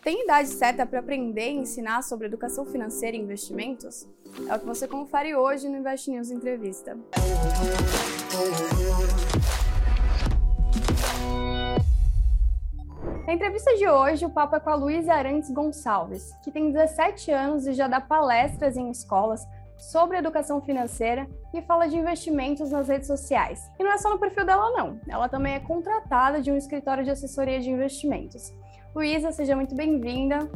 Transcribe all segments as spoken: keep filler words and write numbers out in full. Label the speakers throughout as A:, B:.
A: Tem idade certa para aprender e ensinar sobre educação financeira e investimentos? É o que você confere hoje no Invest News Entrevista. Na entrevista de hoje, o papo é com a Luísa Arantes Gonçalves, que tem dezessete anos e já dá palestras em escolas sobre educação financeira e fala de investimentos nas redes sociais. E não é só no perfil dela, não. Ela também é contratada de um escritório de assessoria de investimentos. Luísa, seja muito bem-vinda.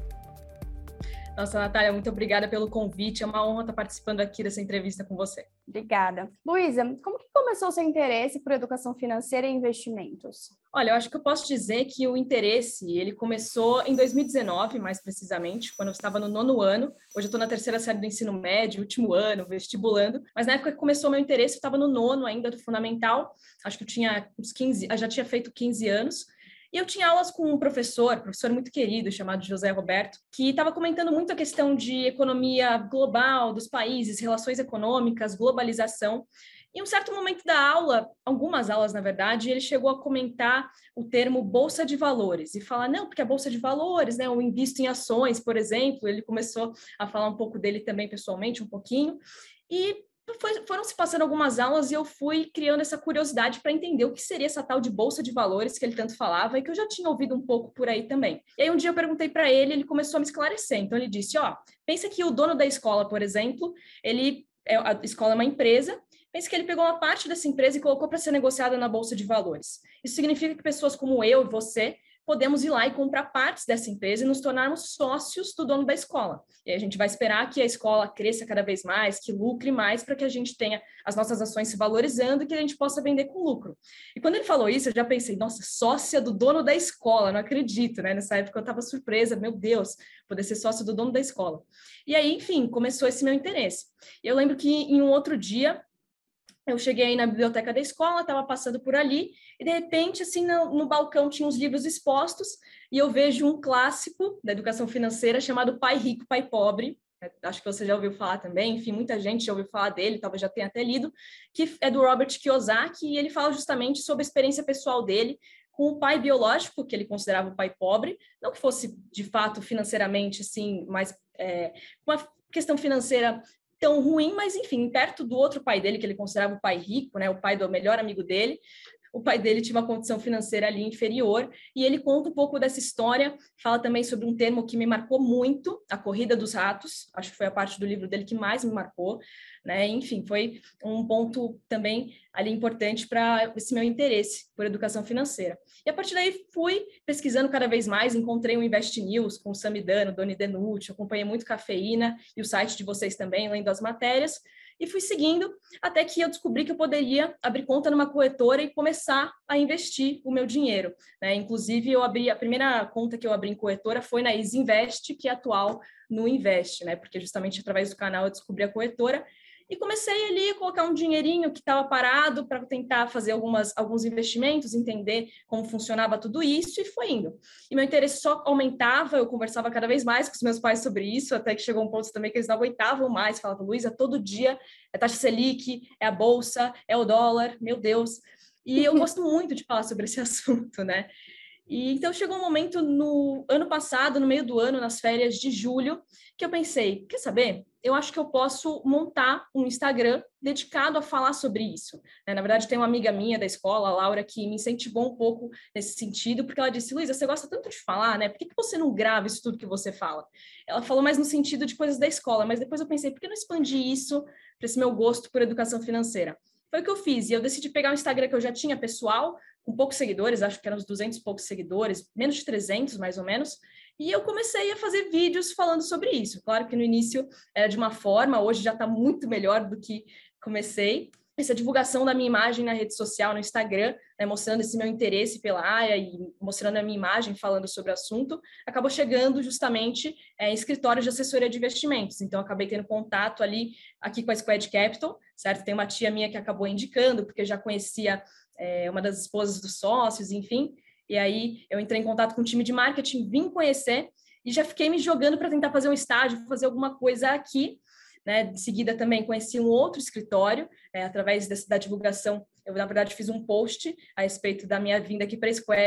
B: Nossa, Natália, muito obrigada pelo convite. É uma honra estar participando aqui dessa entrevista com você.
A: Obrigada. Luísa, como que começou o seu interesse por educação financeira e investimentos?
B: Olha, eu acho que eu posso dizer que o interesse, ele começou em dois mil e dezenove, mais precisamente, quando eu estava no nono ano. Hoje eu estou na terceira série do ensino médio, último ano, vestibulando. Mas na época que começou o meu interesse, eu estava no nono ainda do fundamental. Acho que eu tinha uns quinze, eu já tinha feito quinze anos. E eu tinha aulas com um professor, professor muito querido, chamado José Roberto, que estava comentando muito a questão de economia global, dos países, relações econômicas, globalização. Em um certo momento da aula, algumas aulas, na verdade, ele chegou a comentar o termo bolsa de valores e falar, não, porque a bolsa de valores, né, eu invisto em ações, por exemplo. Ele começou a falar um pouco dele também pessoalmente, um pouquinho, e Foi, foram se passando algumas aulas e eu fui criando essa curiosidade para entender o que seria essa tal de bolsa de valores que ele tanto falava e que eu já tinha ouvido um pouco por aí também. E aí um dia eu perguntei para ele, ele começou a me esclarecer. Então ele disse, ó, pensa que o dono da escola, por exemplo, ele a escola é uma empresa, pensa que ele pegou uma parte dessa empresa e colocou para ser negociada na bolsa de valores. Isso significa que pessoas como eu e você podemos ir lá e comprar partes dessa empresa e nos tornarmos sócios do dono da escola. E aí a gente vai esperar que a escola cresça cada vez mais, que lucre mais, para que a gente tenha as nossas ações se valorizando e que a gente possa vender com lucro. E quando ele falou isso, eu já pensei, nossa, sócia do dono da escola, não acredito, né? Nessa época eu estava surpresa, meu Deus, poder ser sócio do dono da escola. E aí, enfim, começou esse meu interesse. Eu lembro que em um outro dia, eu cheguei aí na biblioteca da escola, estava passando por ali, e de repente, assim, no, no balcão tinha uns livros expostos, e eu vejo um clássico da educação financeira chamado Pai Rico, Pai Pobre. Acho que você já ouviu falar também, enfim, muita gente já ouviu falar dele, talvez já tenha até lido, que é do Robert Kiyosaki, e ele fala justamente sobre a experiência pessoal dele com o pai biológico, que ele considerava o pai pobre, não que fosse, de fato, financeiramente, assim, mas é, uma questão financeira tão ruim, mas enfim, perto do outro pai dele, que ele considerava o pai rico, né, o pai do melhor amigo dele, o pai dele tinha uma condição financeira ali inferior, e ele conta um pouco dessa história, fala também sobre um termo que me marcou muito, a corrida dos ratos, acho que foi a parte do livro dele que mais me marcou, né, enfim, foi um ponto também ali importante para esse meu interesse por educação financeira. E a partir daí fui pesquisando cada vez mais, encontrei o Invest News com o Samidano, Doni Denucci, acompanhei muito Cafeína e o site de vocês também, lendo as matérias, e fui seguindo até que eu descobri que eu poderia abrir conta numa corretora e começar a investir o meu dinheiro, né? Inclusive, eu abri, a primeira conta que eu abri em corretora foi na Easy Invest, que é atual no Invest, né? Porque justamente através do canal eu descobri a corretora e comecei ali a colocar um dinheirinho que estava parado para tentar fazer algumas, alguns investimentos, entender como funcionava tudo isso, e foi indo. E meu interesse só aumentava, eu conversava cada vez mais com os meus pais sobre isso, até que chegou um ponto também que eles não aguentavam mais, falavam, Luísa, todo dia é taxa Selic, é a bolsa, é o dólar, meu Deus. E eu gosto muito de falar sobre esse assunto, né? E então chegou um momento no ano passado, no meio do ano, nas férias de julho, que eu pensei, quer saber? Eu acho que eu posso montar um Instagram dedicado a falar sobre isso. Na verdade, tem uma amiga minha da escola, a Laura, que me incentivou um pouco nesse sentido, porque ela disse, Luísa, você gosta tanto de falar, né? Por que que você não grava isso tudo que você fala? Ela falou mais no sentido de coisas da escola, mas depois eu pensei, por que não expandir isso para esse meu gosto por educação financeira? Foi o que eu fiz, e eu decidi pegar um Instagram que eu já tinha pessoal, com poucos seguidores, acho que eram uns duzentos e poucos seguidores, menos de trezentos mais ou menos, e eu comecei a fazer vídeos falando sobre isso. Claro que no início era de uma forma, hoje já está muito melhor do que comecei. Essa divulgação da minha imagem na rede social, no Instagram, né, mostrando esse meu interesse pela área e mostrando a minha imagem falando sobre o assunto, acabou chegando justamente é, em escritórios de assessoria de investimentos. Então, acabei tendo contato ali, aqui com a Squad Capital, certo? Tem uma tia minha que acabou indicando, porque já conhecia é, uma das esposas dos sócios, enfim. E aí, eu entrei em contato com o time de marketing, vim conhecer e já fiquei me jogando para tentar fazer um estágio, fazer alguma coisa aqui. Né? De seguida também conheci um outro escritório, é, através dessa, da divulgação, eu na verdade fiz um post a respeito da minha vinda aqui para a Squad,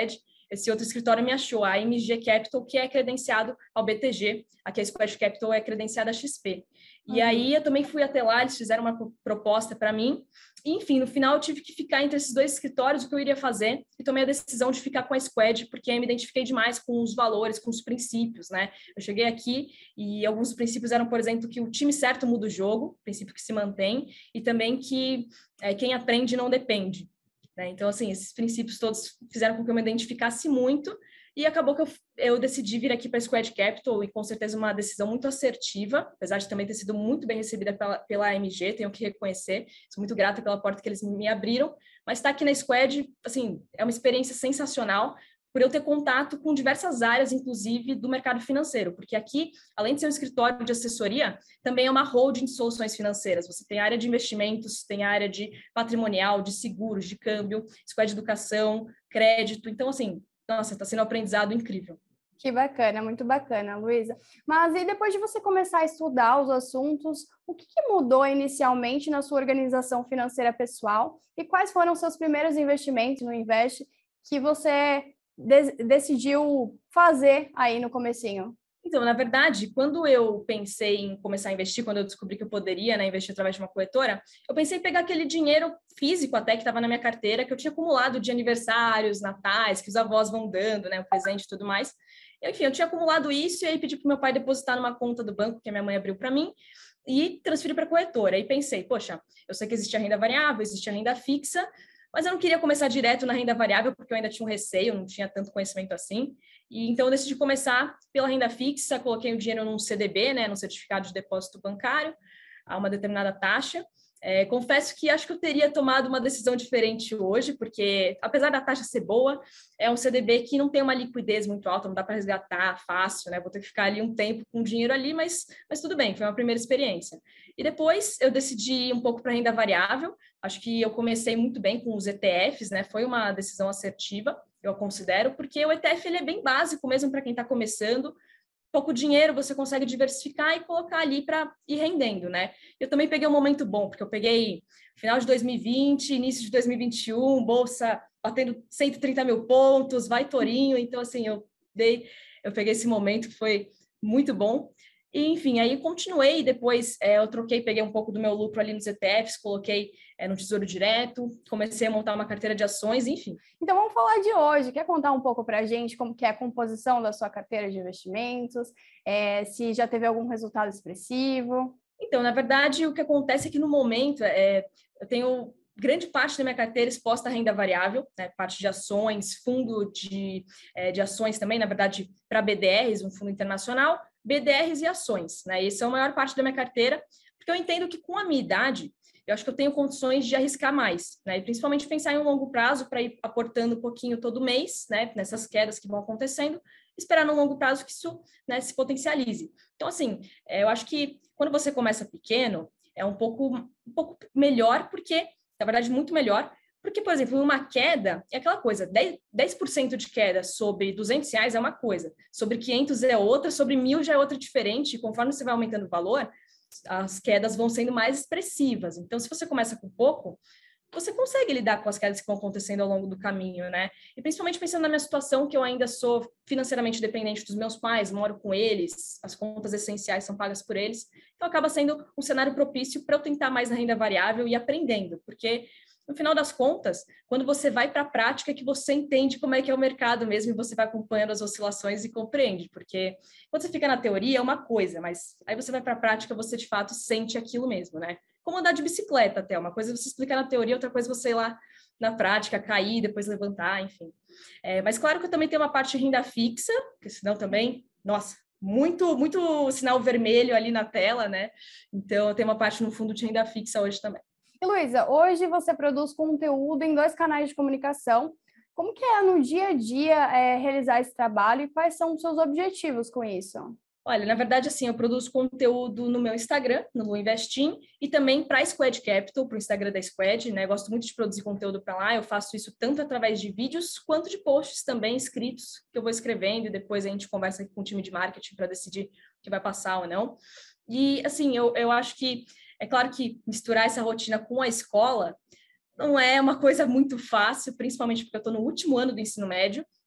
B: esse outro escritório me achou, a M G Capital, que é credenciado ao B T G, aqui a Squad Capital é credenciada à X P. E uhum. aí eu também fui até lá, eles fizeram uma proposta para mim, e, enfim, no final eu tive que ficar entre esses dois escritórios, o que eu iria fazer, e tomei a decisão de ficar com a Squad, porque aí eu me identifiquei demais com os valores, com os princípios, né? Eu cheguei aqui e alguns princípios eram, por exemplo, que o time certo muda o jogo, princípio que se mantém, e também que é, quem aprende não depende. Né? Então, assim, esses princípios todos fizeram com que eu me identificasse muito, e acabou que eu, eu decidi vir aqui para a Squad Capital, e com certeza uma decisão muito assertiva, apesar de também ter sido muito bem recebida pela, pela A M G, tenho que reconhecer, sou muito grata pela porta que eles me abriram, mas estar aqui na Squad, assim, é uma experiência sensacional, por eu ter contato com diversas áreas, inclusive do mercado financeiro, porque aqui, além de ser um escritório de assessoria, também é uma holding de soluções financeiras. Você tem área de investimentos, tem área de patrimonial, de seguros, de câmbio, Squad de educação, crédito. Então, assim, nossa, está sendo um aprendizado incrível.
A: Que bacana, muito bacana, Luísa. Mas e depois de você começar a estudar os assuntos, o que, que mudou inicialmente na sua organização financeira pessoal e quais foram os seus primeiros investimentos no Invest que você de- decidiu fazer aí no comecinho?
B: Então, na verdade, quando eu pensei em começar a investir, quando eu descobri que eu poderia, né, investir através de uma corretora, eu pensei em pegar aquele dinheiro físico até que estava na minha carteira, que eu tinha acumulado de aniversários, natais, que os avós vão dando, né, o presente e tudo mais. Enfim, eu tinha acumulado isso e aí pedi para o meu pai depositar numa conta do banco que a minha mãe abriu para mim e transferi para a corretora. E pensei, poxa, eu sei que existe a renda variável, existe a renda fixa, mas eu não queria começar direto na renda variável porque eu ainda tinha um receio, não tinha tanto conhecimento assim. E então eu decidi começar pela renda fixa, coloquei o dinheiro num C D B, né, num certificado de depósito bancário, a uma determinada taxa. É, confesso que acho que eu teria tomado uma decisão diferente hoje, porque apesar da taxa ser boa, é um C D B que não tem uma liquidez muito alta, não dá para resgatar fácil, né? Vou ter que ficar ali um tempo com dinheiro ali, mas, mas tudo bem, foi uma primeira experiência. E depois eu decidi ir um pouco para renda variável, acho que eu comecei muito bem com os E T Fs, né? Foi uma decisão assertiva, eu considero, porque o E T F ele é bem básico mesmo para quem está começando, pouco dinheiro, você consegue diversificar e colocar ali para ir rendendo, né? Eu também peguei um momento bom, porque eu peguei final de dois mil e vinte, início de dois mil e vinte e um, bolsa batendo cento e trinta mil pontos, vai Torinho, então assim, eu dei, eu peguei esse momento que foi muito bom. E, enfim, aí continuei, depois é, eu troquei, peguei um pouco do meu lucro ali nos E T Fs, coloquei é, no Tesouro Direto, comecei a montar uma carteira de ações, enfim.
A: Então vamos falar de hoje. Quer contar um pouco para a gente como que é a composição da sua carteira de investimentos? É, se já teve algum resultado expressivo?
B: Então, na verdade, o que acontece é que no momento é, eu tenho grande parte da minha carteira exposta à renda variável, né, parte de ações, fundo de, é, de ações também, na verdade, para B D Rs, um fundo internacional, B D Rs e ações, né? Essa é a maior parte da minha carteira, porque eu entendo que com a minha idade, eu acho que eu tenho condições de arriscar mais, né? E principalmente pensar em um longo prazo para ir aportando um pouquinho todo mês, né? Nessas quedas que vão acontecendo, esperar no longo prazo que isso, né, se potencialize. Então, assim, eu acho que quando você começa pequeno, é um pouco, um pouco melhor, porque, na verdade, muito melhor, porque, por exemplo, uma queda é aquela coisa, dez por cento de queda sobre duzentos reais é uma coisa, sobre quinhentos é outra, sobre mil já é outra diferente, e conforme você vai aumentando o valor, as quedas vão sendo mais expressivas. Então, se você começa com pouco, você consegue lidar com as quedas que vão acontecendo ao longo do caminho, né? E principalmente pensando na minha situação, que eu ainda sou financeiramente dependente dos meus pais, moro com eles, as contas essenciais são pagas por eles, então acaba sendo um cenário propício para eu tentar mais na renda variável e aprendendo, porque no final das contas, quando você vai para a prática, é que você entende como é que é o mercado mesmo e você vai acompanhando as oscilações e compreende, porque quando você fica na teoria é uma coisa, mas aí você vai para a prática, você de fato sente aquilo mesmo, né? Como andar de bicicleta até, uma coisa é você explicar na teoria, outra coisa é você ir lá na prática, cair, depois levantar, enfim. É, mas claro que eu também tenho uma parte de renda fixa, porque senão também, nossa, muito, muito sinal vermelho ali na tela, né? Então eu tenho uma parte no fundo de renda fixa hoje também.
A: E, Luísa, hoje você produz conteúdo em dois canais de comunicação. Como que é no dia a dia é, realizar esse trabalho e quais são os seus objetivos com isso?
B: Olha, na verdade, assim, eu produzo conteúdo no meu Instagram, no Lu Investim, e também para a Squad Capital, para o Instagram da Squad, né? Eu gosto muito de produzir conteúdo para lá, eu faço isso tanto através de vídeos, quanto de posts também escritos, que eu vou escrevendo, e depois a gente conversa com o time de marketing para decidir o que vai passar ou não. E, assim, eu, eu acho que, é claro que misturar essa rotina com a escola não é uma coisa muito fácil, principalmente porque eu estou no último ano do ensino médio,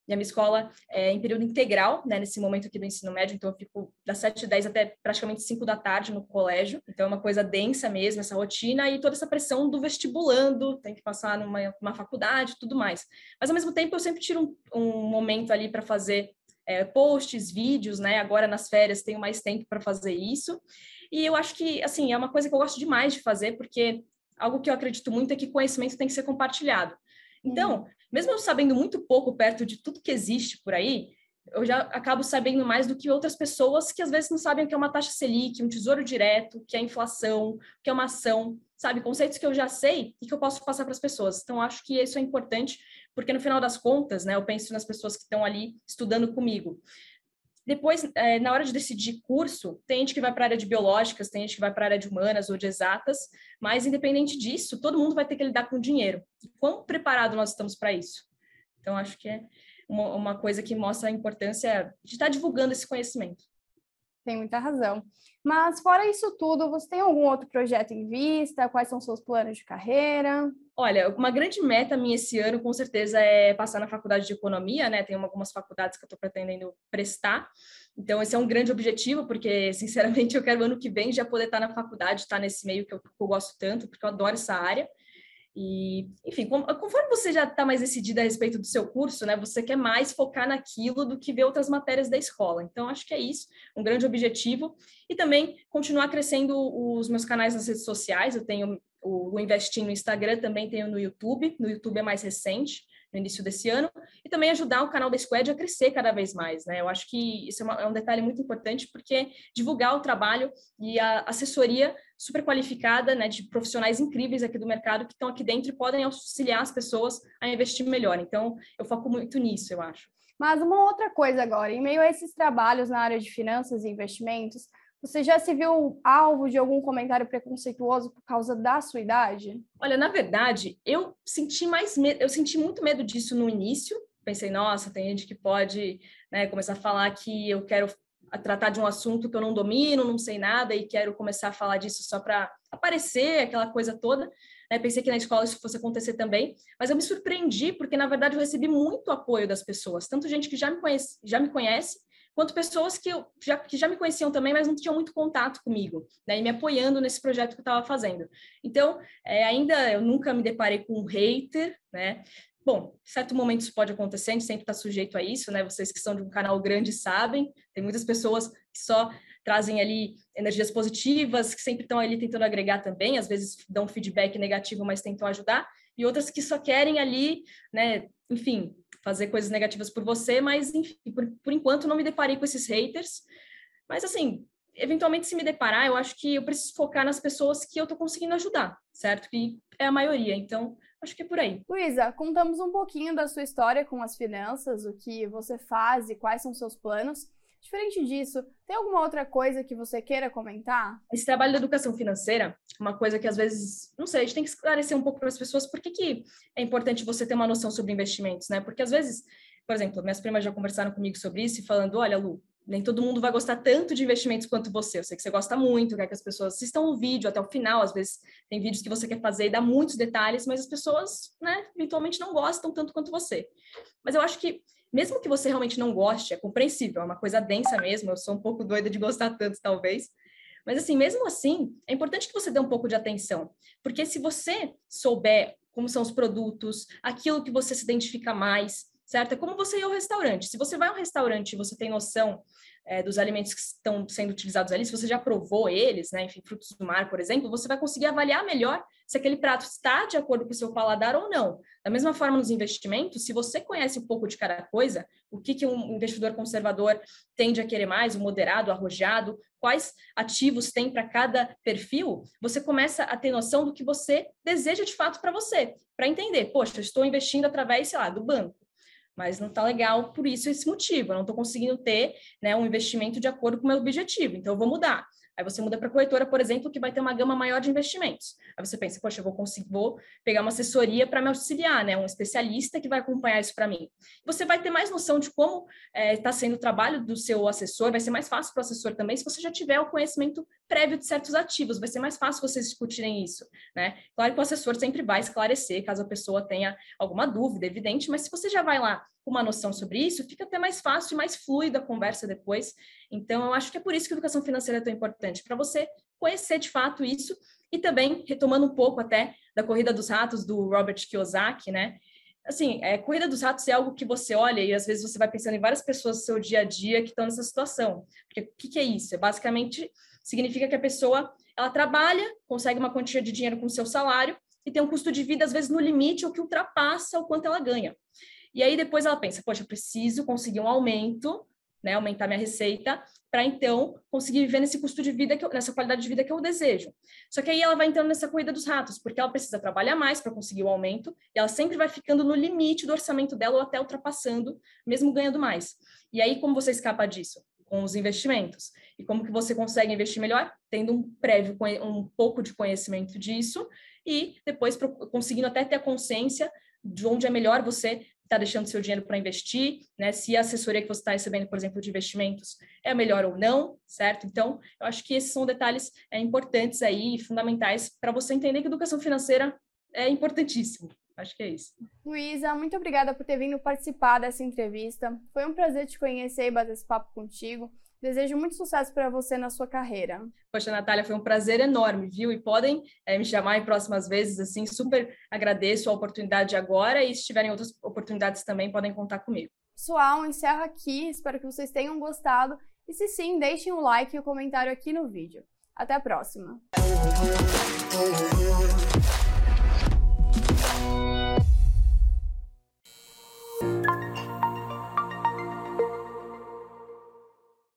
B: E a minha escola é em período integral, né, nesse momento aqui do ensino médio, então eu fico das sete e dez até praticamente cinco da tarde no colégio, então é uma coisa densa mesmo, essa rotina, e toda essa pressão do vestibulando, tem que passar numa uma faculdade e tudo mais. Mas, ao mesmo tempo, eu sempre tiro um, um momento ali para fazer é, posts, vídeos, né, agora nas férias tenho mais tempo para fazer isso, e eu acho que, assim, é uma coisa que eu gosto demais de fazer, porque algo que eu acredito muito é que conhecimento tem que ser compartilhado. Então, uhum. mesmo eu sabendo muito pouco perto de tudo que existe por aí, eu já acabo sabendo mais do que outras pessoas que às vezes não sabem o que é uma taxa Selic, um tesouro direto, o que é inflação, o que é uma ação, sabe? Conceitos que eu já sei e que eu posso passar para as pessoas. Então, acho que isso é importante, porque no final das contas, né, eu penso nas pessoas que estão ali estudando comigo. Depois, é, na hora de decidir curso, tem gente que vai para a área de biológicas, tem gente que vai para a área de humanas ou de exatas, mas independente disso, todo mundo vai ter que lidar com dinheiro. E quão preparado nós estamos para isso? Então, acho que é uma, uma coisa que mostra a importância de estar divulgando esse conhecimento.
A: Tem muita razão. Mas, fora isso tudo, você tem algum outro projeto em vista? Quais são os seus planos de carreira?
B: Olha, uma grande meta minha esse ano, com certeza, é passar na faculdade de economia, né? Tem algumas faculdades que eu estou pretendendo prestar. Então, esse é um grande objetivo, porque, sinceramente, eu quero ano que vem já poder estar na faculdade, estar nesse meio que eu, que eu gosto tanto, porque eu adoro essa área. E, enfim, conforme você já está mais decidida a respeito do seu curso, né, você quer mais focar naquilo do que ver outras matérias da escola. Então, acho que é isso, um grande objetivo. E também continuar crescendo os meus canais nas redes sociais. Eu tenho o Investir no Instagram, também tenho no YouTube. No YouTube é mais recente, no início desse ano. E também ajudar o canal da Squad a crescer cada vez mais, né? Eu acho que isso é, uma, é um detalhe muito importante, porque divulgar o trabalho e a assessoria super qualificada, né, de profissionais incríveis aqui do mercado que estão aqui dentro e podem auxiliar as pessoas a investir melhor. Então, eu foco muito nisso, eu acho.
A: Mas uma outra coisa agora, em meio a esses trabalhos na área de finanças e investimentos, você já se viu alvo de algum comentário preconceituoso por causa da sua idade?
B: Olha, na verdade, eu senti mais medo, eu senti muito medo disso no início. Pensei, nossa, tem gente que pode, né, começar a falar que eu quero a tratar de um assunto que eu não domino, não sei nada e quero começar a falar disso só para aparecer, aquela coisa toda. Né? Pensei que na escola isso fosse acontecer também, mas eu me surpreendi porque, na verdade, eu recebi muito apoio das pessoas, tanto gente que já me conhece, já me conhece quanto pessoas que, eu, já, que já me conheciam também, mas não tinham muito contato comigo, né? E me apoiando nesse projeto que eu estava fazendo. Então, é, ainda eu nunca me deparei com um hater, né? Bom, em certo momento isso pode acontecer, a gente sempre está sujeito a isso, né? Vocês que são de um canal grande sabem, tem muitas pessoas que só trazem ali energias positivas, que sempre estão ali tentando agregar também, às vezes dão feedback negativo, mas tentam ajudar, e outras que só querem ali, né, enfim, fazer coisas negativas por você, mas, enfim, por, por enquanto não me deparei com esses haters, mas, assim, eventualmente se me deparar, eu acho que eu preciso focar nas pessoas que eu estou conseguindo ajudar, certo? Que é a maioria, então acho que é por aí.
A: Luísa, contamos um pouquinho da sua história com as finanças, o que você faz e quais são seus planos. Diferente disso, tem alguma outra coisa que você queira comentar?
B: Esse trabalho da educação financeira, uma coisa que às vezes, não sei, a gente tem que esclarecer um pouco para as pessoas por que, que é importante você ter uma noção sobre investimentos, né? Porque às vezes, por exemplo, minhas primas já conversaram comigo sobre isso e falando, olha, Lu, nem todo mundo vai gostar tanto de investimentos quanto você. Eu sei que você gosta muito, quer que as pessoas assistam o vídeo até o final. Às vezes tem vídeos que você quer fazer e dá muitos detalhes, mas as pessoas, né, eventualmente não gostam tanto quanto você. Mas eu acho que, mesmo que você realmente não goste, é compreensível, é uma coisa densa mesmo. Eu sou um pouco doida de gostar tanto, talvez. Mas, assim, mesmo assim, é importante que você dê um pouco de atenção. Porque se você souber como são os produtos, aquilo que você se identifica mais, certo? É como você ir ao restaurante. Se você vai ao restaurante e você tem noção é, dos alimentos que estão sendo utilizados ali, se você já provou eles, né, enfim, frutos do mar, por exemplo, você vai conseguir avaliar melhor se aquele prato está de acordo com o seu paladar ou não. Da mesma forma, nos investimentos, se você conhece um pouco de cada coisa, o que, que um investidor conservador tende a querer mais, o moderado, o arrojado, quais ativos tem para cada perfil, você começa a ter noção do que você deseja de fato para você, para entender, poxa, eu estou investindo através, sei lá, do banco, mas não está legal por isso esse motivo, eu não estou conseguindo ter, né, um investimento de acordo com o meu objetivo, então eu vou mudar. Aí você muda para corretora, por exemplo, que vai ter uma gama maior de investimentos. Aí você pensa, poxa, eu vou conseguir, vou pegar uma assessoria para me auxiliar, né? Um especialista que vai acompanhar isso para mim. Você vai ter mais noção de como está é, sendo o trabalho do seu assessor, vai ser mais fácil para o assessor também, se você já tiver o conhecimento prévio de certos ativos, vai ser mais fácil vocês discutirem isso, né? Claro que o assessor sempre vai esclarecer, caso a pessoa tenha alguma dúvida, evidente, mas se você já vai lá com uma noção sobre isso, fica até mais fácil e mais fluida a conversa depois. Então, eu acho que é por isso que a educação financeira é tão importante, para você conhecer de fato isso, e também, retomando um pouco até da Corrida dos Ratos, do Robert Kiyosaki, né? Assim, é, Corrida dos Ratos é algo que você olha e às vezes você vai pensando em várias pessoas do seu dia a dia que estão nessa situação. Porque o que, que é isso? É basicamente, significa que a pessoa, ela trabalha, consegue uma quantia de dinheiro com o seu salário e tem um custo de vida, às vezes, no limite ou que ultrapassa o quanto ela ganha. E aí depois ela pensa, poxa, eu preciso conseguir um aumento, né, aumentar minha receita, para então conseguir viver nesse custo de vida, que eu, nessa qualidade de vida que eu desejo. Só que aí ela vai entrando nessa corrida dos ratos, porque ela precisa trabalhar mais para conseguir o aumento, e ela sempre vai ficando no limite do orçamento dela, ou até ultrapassando, mesmo ganhando mais. E aí, como você escapa disso? Com os investimentos. E como que você consegue investir melhor? Tendo um prévio, um pouco de conhecimento disso, e depois conseguindo até ter a consciência de onde é melhor você está deixando seu dinheiro para investir, né? Se a assessoria que você está recebendo, por exemplo, de investimentos é a melhor ou não, certo? Então, eu acho que esses são detalhes é, importantes aí, fundamentais, para você entender que educação financeira é importantíssimo. Acho que é isso.
A: Luísa, muito obrigada por ter vindo participar dessa entrevista. Foi um prazer te conhecer e bater esse papo contigo. Desejo muito sucesso para você na sua carreira.
B: Poxa, Natália, foi um prazer enorme, viu? E podem é, me chamar em próximas vezes, assim, super agradeço a oportunidade agora e se tiverem outras oportunidades também, podem contar comigo.
A: Pessoal, encerro aqui, espero que vocês tenham gostado e se sim, deixem o like e o comentário aqui no vídeo. Até a próxima!